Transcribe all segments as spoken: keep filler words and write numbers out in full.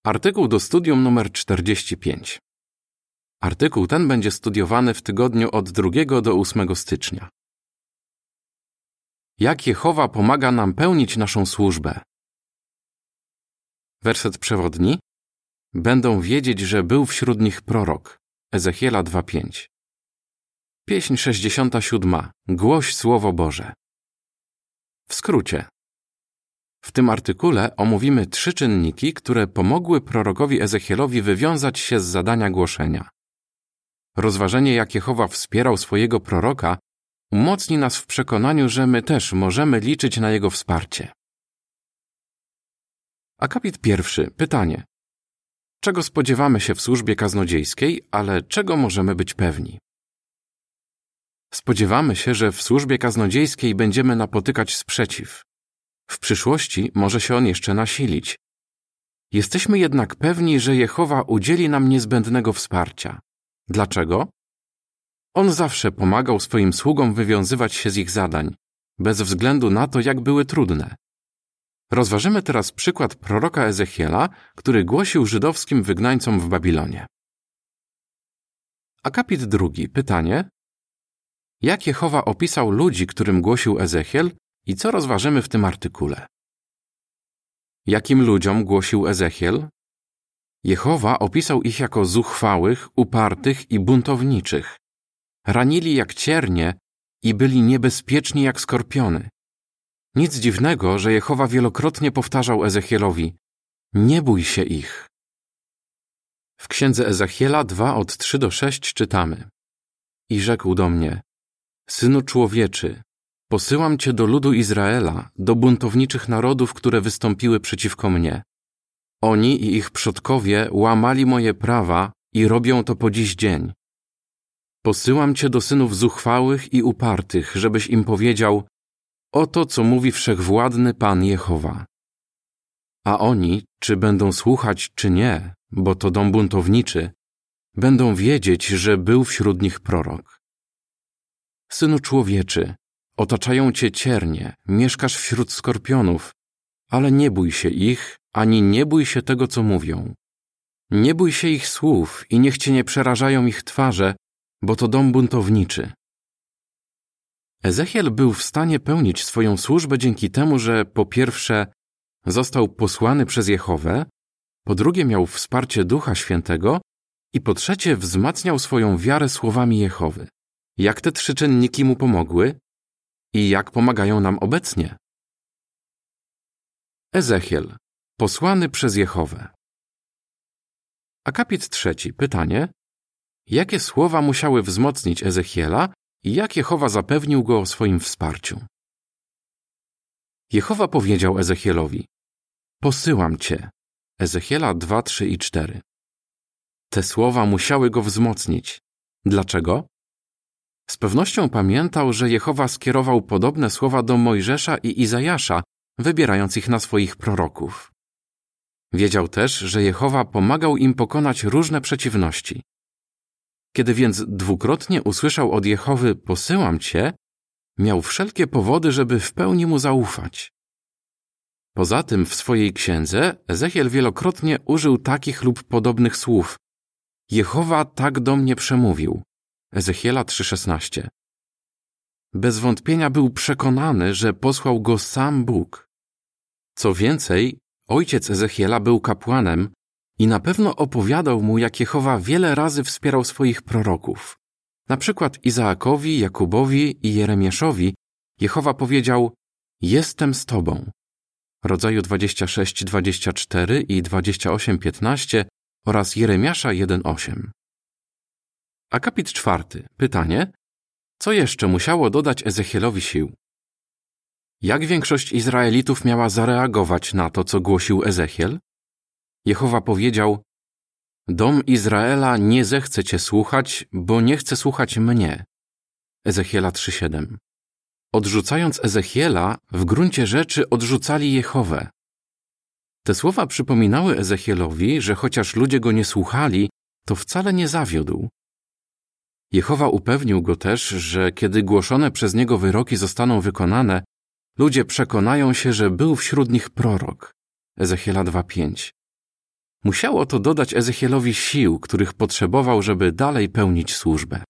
Artykuł do studium numer czterdzieści pięć. Artykuł ten będzie studiowany w tygodniu od drugiego do ósmego stycznia. Jak Jehowa pomaga nam pełnić naszą służbę? Werset przewodni. Będą wiedzieć, że był wśród nich prorok. Ezechiela dwa pięć. Pieśń sześćdziesiąta siódma. Głoś Słowo Boże. W skrócie. W tym artykule omówimy trzy czynniki, które pomogły prorokowi Ezechielowi wywiązać się z zadania głoszenia. Rozważenie, jak Jehowa wspierał swojego proroka, umocni nas w przekonaniu, że my też możemy liczyć na jego wsparcie. Akapit pierwszy. Pytanie. Czego spodziewamy się w służbie kaznodziejskiej, ale czego możemy być pewni? Spodziewamy się, że w służbie kaznodziejskiej będziemy napotykać sprzeciw. W przyszłości może się on jeszcze nasilić. Jesteśmy jednak pewni, że Jehowa udzieli nam niezbędnego wsparcia. Dlaczego? On zawsze pomagał swoim sługom wywiązywać się z ich zadań, bez względu na to, jak były trudne. Rozważymy teraz przykład proroka Ezechiela, który głosił żydowskim wygnańcom w Babilonie. Akapit drugi. Pytanie. Jak Jehowa opisał ludzi, którym głosił Ezechiel i co rozważymy w tym artykule? Jakim ludziom głosił Ezechiel? Jehowa opisał ich jako zuchwałych, upartych i buntowniczych. Ranili jak ciernie i byli niebezpieczni jak skorpiony. Nic dziwnego, że Jehowa wielokrotnie powtarzał Ezechielowi: nie bój się ich. W księdze Ezechiela dwa od trzy do sześć czytamy: I rzekł do mnie: Synu człowieczy, posyłam cię do ludu Izraela, do buntowniczych narodów, które wystąpiły przeciwko mnie. Oni i ich przodkowie łamali moje prawa i robią to po dziś dzień. Posyłam cię do synów zuchwałych i upartych, żebyś im powiedział: oto co mówi wszechwładny Pan Jehowa. A oni, czy będą słuchać, czy nie, bo to dom buntowniczy, będą wiedzieć, że był wśród nich prorok. Synu człowieczy, otaczają cię ciernie, mieszkasz wśród skorpionów, ale nie bój się ich, ani nie bój się tego, co mówią. Nie bój się ich słów i niech cię nie przerażają ich twarze, bo to dom buntowniczy. Ezechiel był w stanie pełnić swoją służbę dzięki temu, że po pierwsze został posłany przez Jehowę, po drugie miał wsparcie Ducha Świętego i po trzecie wzmacniał swoją wiarę słowami Jehowy. Jak te trzy czynniki mu pomogły i jak pomagają nam obecnie? Ezechiel, posłany przez Jehowę. Akapit trzeci. Pytanie. Jakie słowa musiały wzmocnić Ezechiela i jak Jehowa zapewnił go o swoim wsparciu? Jehowa powiedział Ezechielowi: posyłam cię. Ezechiela dwa, trzy i cztery. Te słowa musiały go wzmocnić. Dlaczego? Z pewnością pamiętał, że Jehowa skierował podobne słowa do Mojżesza i Izajasza, wybierając ich na swoich proroków. Wiedział też, że Jehowa pomagał im pokonać różne przeciwności. Kiedy więc dwukrotnie usłyszał od Jehowy: posyłam cię, miał wszelkie powody, żeby w pełni mu zaufać. Poza tym w swojej księdze Ezechiel wielokrotnie użył takich lub podobnych słów: Jehowa tak do mnie przemówił. Ezechiela trzy szesnaście. Bez wątpienia był przekonany, że posłał go sam Bóg. Co więcej, ojciec Ezechiela był kapłanem i na pewno opowiadał mu, jak Jehowa wiele razy wspierał swoich proroków. Na przykład Izaakowi, Jakubowi i Jeremiaszowi Jehowa powiedział: jestem z tobą. Rodzaju dwadzieścia sześć, dwadzieścia cztery i dwadzieścia osiem, piętnaście oraz Jeremiasza jeden, osiem. Akapit czwarty. Pytanie. Co jeszcze musiało dodać Ezechielowi sił? Jak większość Izraelitów miała zareagować na to, co głosił Ezechiel? Jehowa powiedział: dom Izraela nie zechce cię słuchać, bo nie chce słuchać mnie. Ezechiela trzy siedem. Odrzucając Ezechiela, w gruncie rzeczy odrzucali Jehowę. Te słowa przypominały Ezechielowi, że chociaż ludzie go nie słuchali, to wcale nie zawiódł. Jehowa upewnił go też, że kiedy głoszone przez niego wyroki zostaną wykonane, ludzie przekonają się, że był wśród nich prorok. Ezechiela dwa pięć. Musiało to dodać Ezechielowi sił, których potrzebował, żeby dalej pełnić służbę.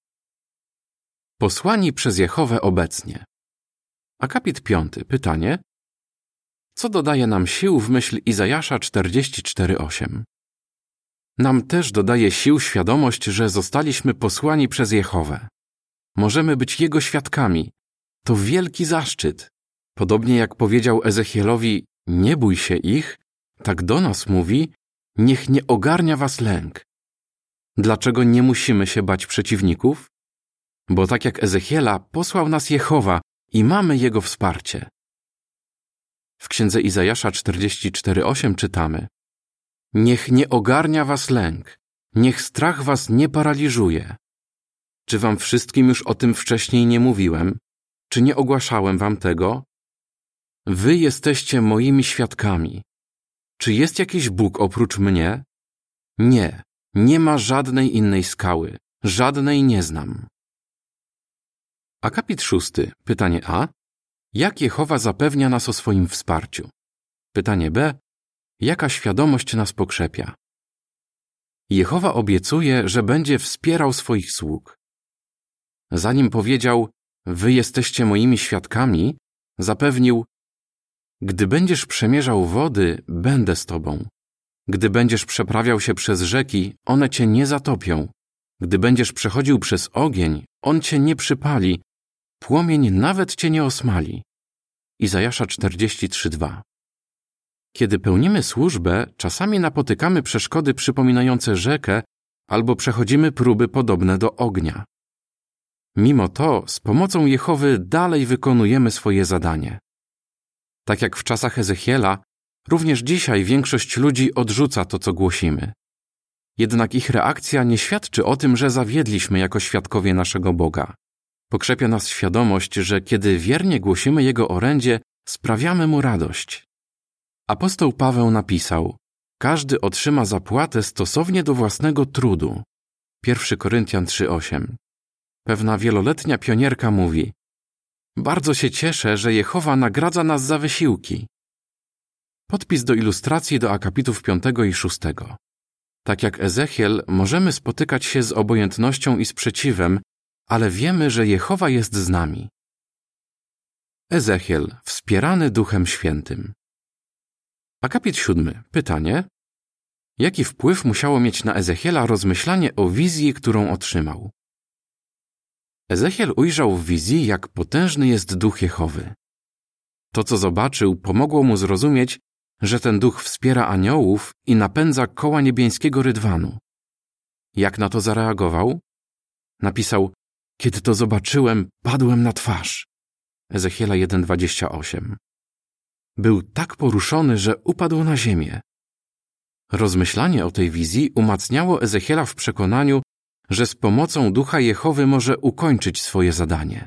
Posłani przez Jehowę obecnie. Akapit piąty. Pytanie. Co dodaje nam sił w myśl Izajasza czterdzieści cztery osiem? Nam też dodaje sił świadomość, że zostaliśmy posłani przez Jehowę. Możemy być Jego świadkami. To wielki zaszczyt. Podobnie jak powiedział Ezechielowi, nie bój się ich, tak do nas mówi, niech nie ogarnia was lęk. Dlaczego nie musimy się bać przeciwników? Bo tak jak Ezechiela, posłał nas Jehowa i mamy Jego wsparcie. W księdze Izajasza czterdzieści cztery osiem czytamy: Niech nie ogarnia was lęk, niech strach was nie paraliżuje. Czy wam wszystkim już o tym wcześniej nie mówiłem? Czy nie ogłaszałem wam tego? Wy jesteście moimi świadkami. Czy jest jakiś Bóg oprócz mnie? Nie, nie ma żadnej innej skały, żadnej nie znam. Akapit szósty. Pytanie A. Jak Jehowa zapewnia nas o swoim wsparciu? Pytanie B. Jaka świadomość nas pokrzepia? Jehowa obiecuje, że będzie wspierał swoich sług. Zanim powiedział, wy jesteście moimi świadkami, zapewnił, gdy będziesz przemierzał wody, będę z tobą. Gdy będziesz przeprawiał się przez rzeki, one cię nie zatopią. Gdy będziesz przechodził przez ogień, on cię nie przypali, płomień nawet cię nie osmali. Izajasza czterdzieści trzy dwa. Kiedy pełnimy służbę, czasami napotykamy przeszkody przypominające rzekę albo przechodzimy próby podobne do ognia. Mimo to z pomocą Jehowy dalej wykonujemy swoje zadanie. Tak jak w czasach Ezechiela, również dzisiaj większość ludzi odrzuca to, co głosimy. Jednak ich reakcja nie świadczy o tym, że zawiedliśmy jako świadkowie naszego Boga. Pokrzepia nas świadomość, że kiedy wiernie głosimy Jego orędzie, sprawiamy Mu radość. Apostoł Paweł napisał: każdy otrzyma zapłatę stosownie do własnego trudu. pierwszy Koryntian trzy osiem. Pewna wieloletnia pionierka mówi: bardzo się cieszę, że Jehowa nagradza nas za wysiłki. Podpis do ilustracji do akapitów piątego i szóstego. Tak jak Ezechiel, możemy spotykać się z obojętnością i sprzeciwem, ale wiemy, że Jehowa jest z nami. Ezechiel, wspierany Duchem Świętym. Akapit siódmy. Pytanie. Jaki wpływ musiało mieć na Ezechiela rozmyślanie o wizji, którą otrzymał? Ezechiel ujrzał w wizji, jak potężny jest Duch Jehowy. To, co zobaczył, pomogło mu zrozumieć, że ten Duch wspiera aniołów i napędza koła niebieskiego rydwanu. Jak na to zareagował? Napisał: kiedy to zobaczyłem, padłem na twarz. Ezechiela jeden dwadzieścia osiem. Był tak poruszony, że upadł na ziemię. Rozmyślanie o tej wizji umacniało Ezechiela w przekonaniu, że z pomocą Ducha Jehowy może ukończyć swoje zadanie.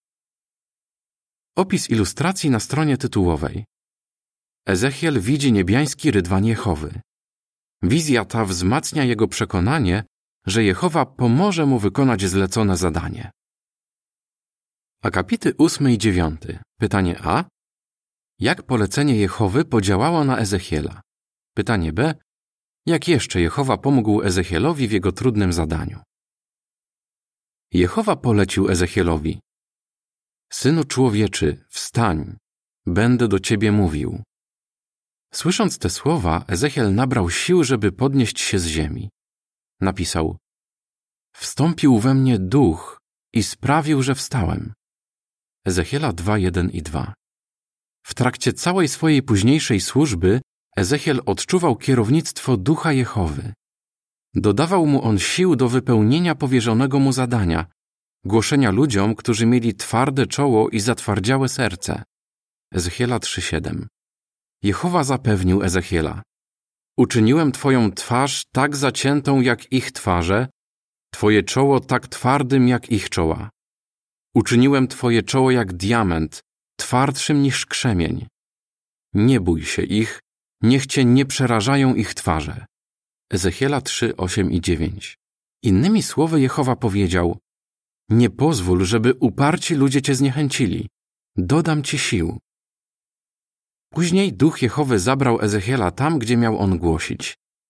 Opis ilustracji na stronie tytułowej. Ezechiel widzi niebiański rydwan Jehowy. Wizja ta wzmacnia jego przekonanie, że Jehowa pomoże mu wykonać zlecone zadanie. Akapity ósmy i dziewiąty. Pytanie A. Jak polecenie Jehowy podziałało na Ezechiela? Pytanie B. Jak jeszcze Jehowa pomógł Ezechielowi w jego trudnym zadaniu? Jehowa polecił Ezechielowi: synu człowieczy, wstań, będę do ciebie mówił. Słysząc te słowa, Ezechiel nabrał sił, żeby podnieść się z ziemi. Napisał: wstąpił we mnie duch i sprawił, że wstałem. Ezechiela dwa jeden i dwa. W trakcie całej swojej późniejszej służby Ezechiel odczuwał kierownictwo Ducha Jehowy. Dodawał mu on sił do wypełnienia powierzonego mu zadania, głoszenia ludziom, którzy mieli twarde czoło i zatwardziałe serce. Ezechiela trzy siedem. Jehowa zapewnił Ezechiela: uczyniłem twoją twarz tak zaciętą jak ich twarze, twoje czoło tak twardym jak ich czoła. Uczyniłem twoje czoło jak diament, twardszym niż krzemień. Nie bój się ich, niech cię nie przerażają ich twarze. Ezechiela trzy osiem i dziewięć. Innymi słowy Jehowa powiedział: nie pozwól, żeby uparci ludzie cię zniechęcili. Dodam ci sił. Później Duch Jehowy zabrał Ezechiela tam, gdzie miał on głosić.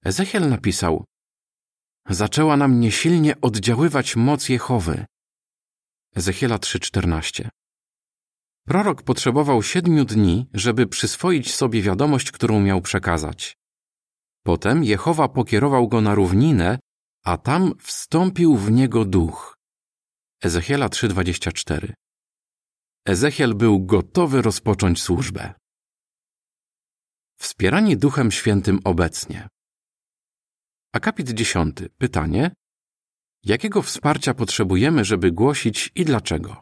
Ezechiel napisał: zaczęła na mnie silnie oddziaływać moc Jehowy. Ezechiela trzy czternaście. Prorok potrzebował siedmiu dni, żeby przyswoić sobie wiadomość, którą miał przekazać. Potem Jehowa pokierował go na równinę, a tam wstąpił w niego duch. Ezechiela trzy dwadzieścia cztery. Ezechiel był gotowy rozpocząć służbę. Wspierani Duchem Świętym obecnie. Akapit dziesiąty. Pytanie: jakiego wsparcia potrzebujemy, żeby głosić i dlaczego?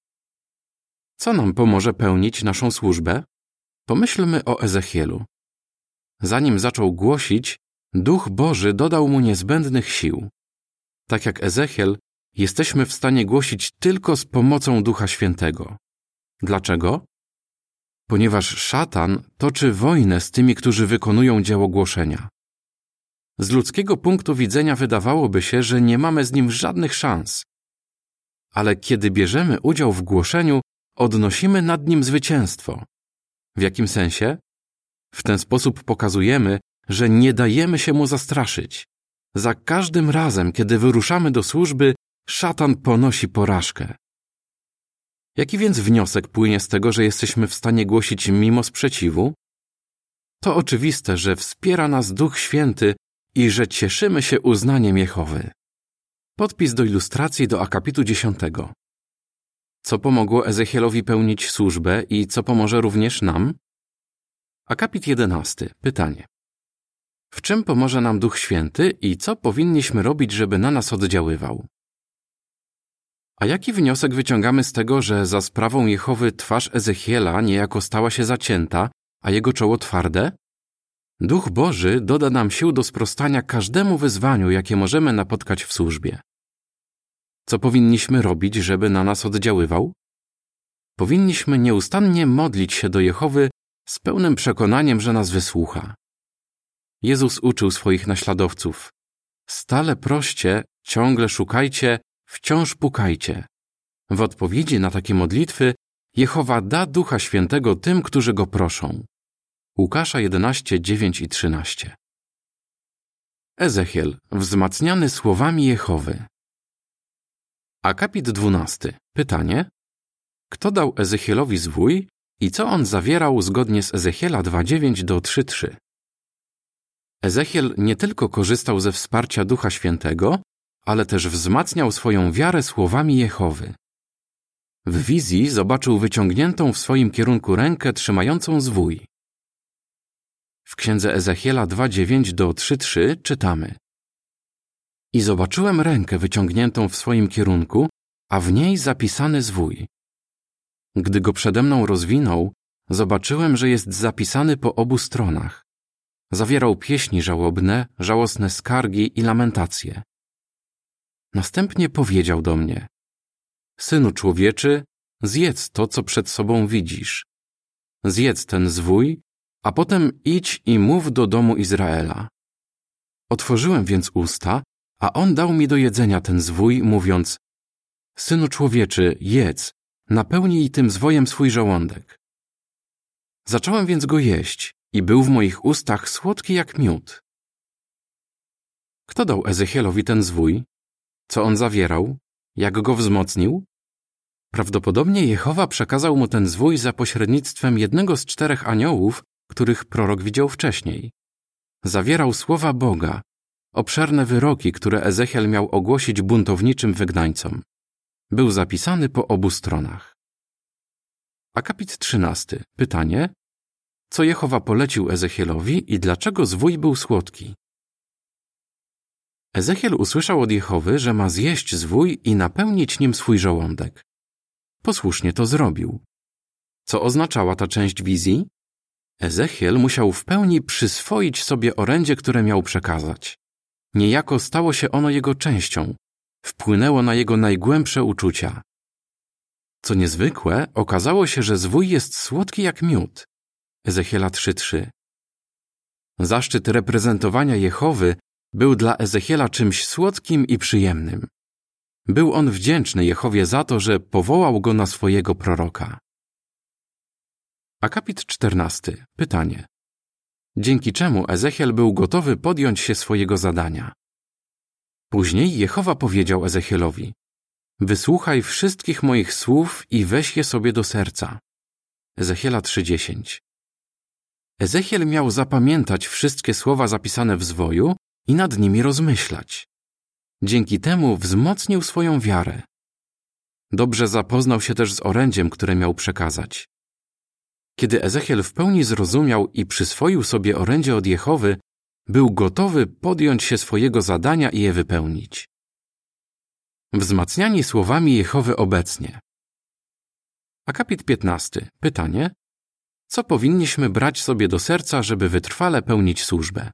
Co nam pomoże pełnić naszą służbę? Pomyślmy o Ezechielu. Zanim zaczął głosić, Duch Boży dodał mu niezbędnych sił. Tak jak Ezechiel, jesteśmy w stanie głosić tylko z pomocą Ducha Świętego. Dlaczego? Ponieważ szatan toczy wojnę z tymi, którzy wykonują dzieło głoszenia. Z ludzkiego punktu widzenia wydawałoby się, że nie mamy z nim żadnych szans. Ale kiedy bierzemy udział w głoszeniu, odnosimy nad nim zwycięstwo. W jakim sensie? W ten sposób pokazujemy, że nie dajemy się mu zastraszyć. Za każdym razem, kiedy wyruszamy do służby, szatan ponosi porażkę. Jaki więc wniosek płynie z tego, że jesteśmy w stanie głosić mimo sprzeciwu? To oczywiste, że wspiera nas Duch Święty i że cieszymy się uznaniem Jehowy. Podpis do ilustracji do akapitu dziesiątego. Co pomogło Ezechielowi pełnić służbę i co pomoże również nam? Akapit jedenasty. Pytanie: w czym pomoże nam Duch Święty i co powinniśmy robić, żeby na nas oddziaływał? A jaki wniosek wyciągamy z tego, że za sprawą Jehowy twarz Ezechiela niejako stała się zacięta, a jego czoło twarde? Duch Boży doda nam sił do sprostania każdemu wyzwaniu, jakie możemy napotkać w służbie. Co powinniśmy robić, żeby na nas oddziaływał? Powinniśmy nieustannie modlić się do Jehowy z pełnym przekonaniem, że nas wysłucha. Jezus uczył swoich naśladowców: stale proście, ciągle szukajcie, wciąż pukajcie. W odpowiedzi na takie modlitwy Jehowa da Ducha Świętego tym, którzy Go proszą. Łukasza jedenaście, dziewięć i trzynaście. Ezechiel, wzmacniany słowami Jehowy. Akapit dwunasty. Pytanie: kto dał Ezechielowi zwój i co on zawierał zgodnie z Ezechiela dwa dziewięć do trzy trzy? Ezechiel nie tylko korzystał ze wsparcia Ducha Świętego, ale też wzmacniał swoją wiarę słowami Jehowy. W wizji zobaczył wyciągniętą w swoim kierunku rękę trzymającą zwój. W księdze Ezechiela dwa dziewięć do trzy trzy czytamy: i zobaczyłem rękę wyciągniętą w swoim kierunku, a w niej zapisany zwój. Gdy go przede mną rozwinął, zobaczyłem, że jest zapisany po obu stronach. Zawierał pieśni żałobne, żałosne skargi i lamentacje. Następnie powiedział do mnie: synu człowieczy, zjedz to, co przed sobą widzisz. Zjedz ten zwój, a potem idź i mów do domu Izraela. Otworzyłem więc usta, a on dał mi do jedzenia ten zwój, mówiąc: synu człowieczy, jedz, napełnij tym zwojem swój żołądek. Zacząłem więc go jeść i był w moich ustach słodki jak miód. Kto dał Ezechielowi ten zwój? Co on zawierał? Jak go wzmocnił? Prawdopodobnie Jehowa przekazał mu ten zwój za pośrednictwem jednego z czterech aniołów, których prorok widział wcześniej. Zawierał słowa Boga, obszerne wyroki, które Ezechiel miał ogłosić buntowniczym wygnańcom. Był zapisany po obu stronach. Akapit trzynasty. Pytanie: co Jehowa polecił Ezechielowi i dlaczego zwój był słodki? Ezechiel usłyszał od Jehowy, że ma zjeść zwój i napełnić nim swój żołądek. Posłusznie to zrobił. Co oznaczała ta część wizji? Ezechiel musiał w pełni przyswoić sobie orędzie, które miał przekazać. Niejako stało się ono jego częścią. Wpłynęło na jego najgłębsze uczucia. Co niezwykłe, okazało się, że zwój jest słodki jak miód. Ezechiela trzy trzy. Zaszczyt reprezentowania Jehowy był dla Ezechiela czymś słodkim i przyjemnym. Był on wdzięczny Jehowie za to, że powołał go na swojego proroka. Akapit czternasty. Pytanie: dzięki czemu Ezechiel był gotowy podjąć się swojego zadania. Później Jehowa powiedział Ezechielowi: wysłuchaj wszystkich moich słów i weź je sobie do serca. Ezechiela trzy dziesięć. Ezechiel miał zapamiętać wszystkie słowa zapisane w zwoju i nad nimi rozmyślać. Dzięki temu wzmocnił swoją wiarę. Dobrze zapoznał się też z orędziem, które miał przekazać. Kiedy Ezechiel w pełni zrozumiał i przyswoił sobie orędzie od Jehowy, był gotowy podjąć się swojego zadania i je wypełnić. Wzmacniani słowami Jehowy obecnie. Akapit piętnasty. Pytanie: co powinniśmy brać sobie do serca, żeby wytrwale pełnić służbę?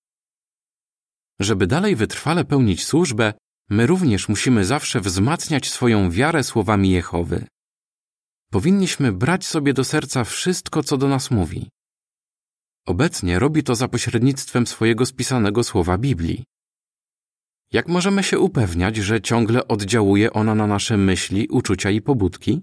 Żeby dalej wytrwale pełnić służbę, my również musimy zawsze wzmacniać swoją wiarę słowami Jehowy. Powinniśmy brać sobie do serca wszystko, co do nas mówi. Obecnie robi to za pośrednictwem swojego spisanego słowa Biblii. Jak możemy się upewniać, że ciągle oddziałuje ona na nasze myśli, uczucia i pobudki?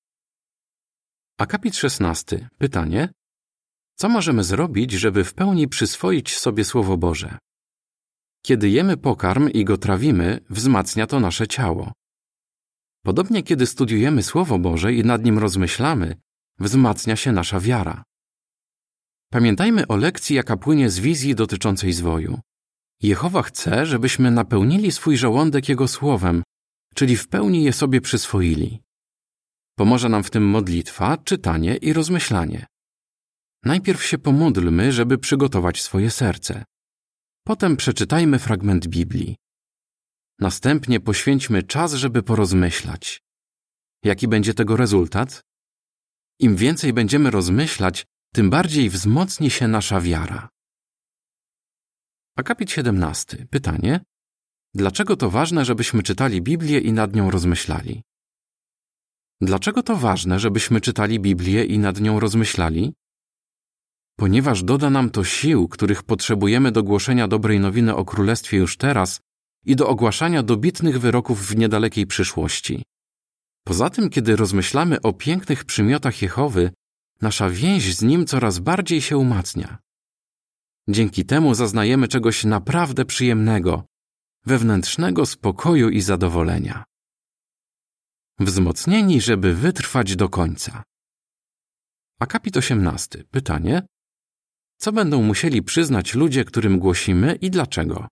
Akapit szesnasty. Pytanie: co możemy zrobić, żeby w pełni przyswoić sobie Słowo Boże? Kiedy jemy pokarm i go trawimy, wzmacnia to nasze ciało. Podobnie kiedy studiujemy Słowo Boże i nad nim rozmyślamy, wzmacnia się nasza wiara. Pamiętajmy o lekcji, jaka płynie z wizji dotyczącej zwoju. Jehowa chce, żebyśmy napełnili swój żołądek Jego Słowem, czyli w pełni je sobie przyswoili. Pomoże nam w tym modlitwa, czytanie i rozmyślanie. Najpierw się pomódlmy, żeby przygotować swoje serce. Potem przeczytajmy fragment Biblii. Następnie poświęćmy czas, żeby porozmyślać. Jaki będzie tego rezultat? Im więcej będziemy rozmyślać, tym bardziej wzmocni się nasza wiara. Akapit siedemnasty. Pytanie: dlaczego to ważne, żebyśmy czytali Biblię i nad nią rozmyślali? Dlaczego to ważne, żebyśmy czytali Biblię i nad nią rozmyślali? Ponieważ doda nam to sił, których potrzebujemy do głoszenia dobrej nowiny o Królestwie już teraz i do ogłaszania dobitnych wyroków w niedalekiej przyszłości. Poza tym, kiedy rozmyślamy o pięknych przymiotach Jehowy, nasza więź z Nim coraz bardziej się umacnia. Dzięki temu zaznajemy czegoś naprawdę przyjemnego, wewnętrznego spokoju i zadowolenia. Wzmocnieni, żeby wytrwać do końca. Akapit osiemnasty. Pytanie: co będą musieli przyznać ludzie, którym głosimy i dlaczego?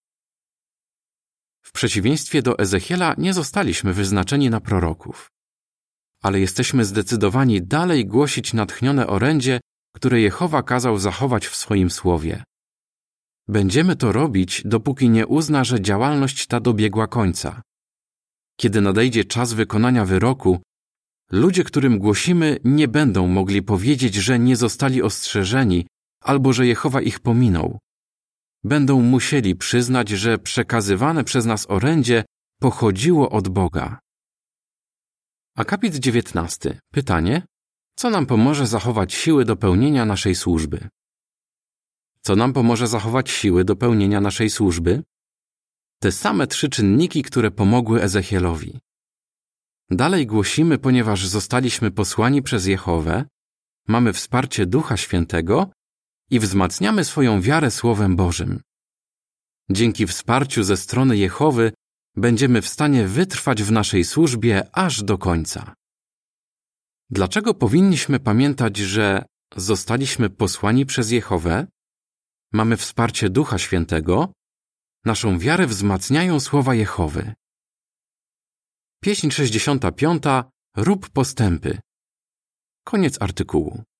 W przeciwieństwie do Ezechiela nie zostaliśmy wyznaczeni na proroków. Ale jesteśmy zdecydowani dalej głosić natchnione orędzie, które Jehowa kazał zachować w swoim słowie. Będziemy to robić, dopóki nie uzna, że działalność ta dobiegła końca. Kiedy nadejdzie czas wykonania wyroku, ludzie, którym głosimy, nie będą mogli powiedzieć, że nie zostali ostrzeżeni albo że Jehowa ich pominął. Będą musieli przyznać, że przekazywane przez nas orędzie pochodziło od Boga. Akapit dziewiętnasty. Pytanie: co nam pomoże zachować siły do pełnienia naszej służby? Co nam pomoże zachować siły do pełnienia naszej służby? Te same trzy czynniki, które pomogły Ezechielowi. Dalej głosimy, ponieważ zostaliśmy posłani przez Jehowę, mamy wsparcie Ducha Świętego i wzmacniamy swoją wiarę Słowem Bożym. Dzięki wsparciu ze strony Jehowy będziemy w stanie wytrwać w naszej służbie aż do końca. Dlaczego powinniśmy pamiętać, że zostaliśmy posłani przez Jehowę, mamy wsparcie Ducha Świętego, naszą wiarę wzmacniają słowa Jehowy? Pieśń sześćdziesiąta piąta. Rób postępy. Koniec artykułu.